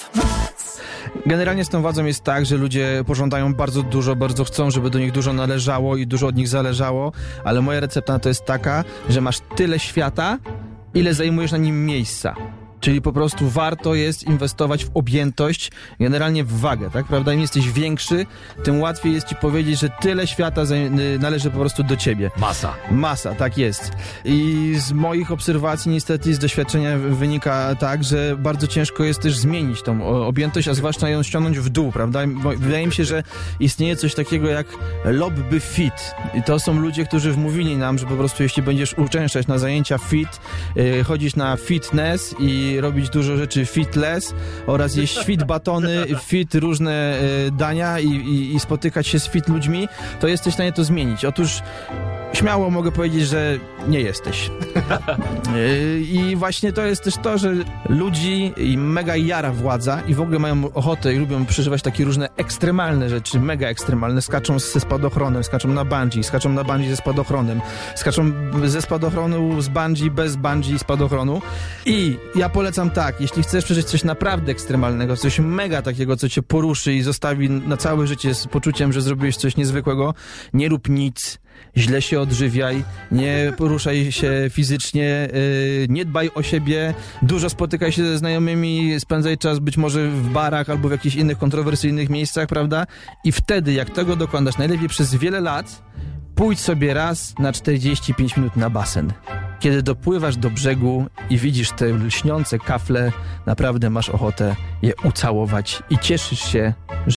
Generalnie z tą władzą jest tak, że ludzie pożądają bardzo dużo, bardzo chcą, żeby do nich dużo należało i dużo od nich zależało, ale moja recepta na to jest taka, że masz tyle świata, ile zajmujesz na nim miejsca. Czyli po prostu warto jest inwestować w objętość, generalnie w wagę, tak? Prawda? Im jesteś większy, tym łatwiej jest ci powiedzieć, że tyle świata należy po prostu do ciebie. Masa, tak jest. I z moich obserwacji niestety, z doświadczenia wynika tak, że bardzo ciężko jest też zmienić tą objętość, a zwłaszcza ją ściągnąć w dół, prawda? Wydaje mi się, że istnieje coś takiego jak lobby fit. I to są ludzie, którzy wmówili nam, że po prostu jeśli będziesz uczęszczać na zajęcia fit, chodzić na fitness i robić dużo rzeczy fitless oraz jeść fit batony, fit różne dania i spotykać się z fit ludźmi, to jesteś w stanie to zmienić. Otóż śmiało mogę powiedzieć, że nie jesteś. I właśnie to jest też to, że ludzi mega jara władza i w ogóle mają ochotę i lubią przeżywać takie różne ekstremalne rzeczy, mega ekstremalne. Skaczą ze spadochronem, skaczą na bungee ze spadochronem, skaczą ze spadochronu z bungee, bez bungee spadochronu. I ja polecam tak, jeśli chcesz przeżyć coś naprawdę ekstremalnego, coś mega takiego, co cię poruszy i zostawi na całe życie z poczuciem, że zrobiłeś coś niezwykłego, nie rób nic, źle się odżywiaj, nie poruszaj się fizycznie, nie dbaj o siebie, dużo spotykaj się ze znajomymi, spędzaj czas być może w barach albo w jakichś innych kontrowersyjnych miejscach, prawda? I wtedy, jak tego dokonasz, najlepiej przez wiele lat, pójdź sobie raz na 45 minut na basen. Kiedy dopływasz do brzegu i widzisz te lśniące kafle, naprawdę masz ochotę je ucałować i cieszysz się,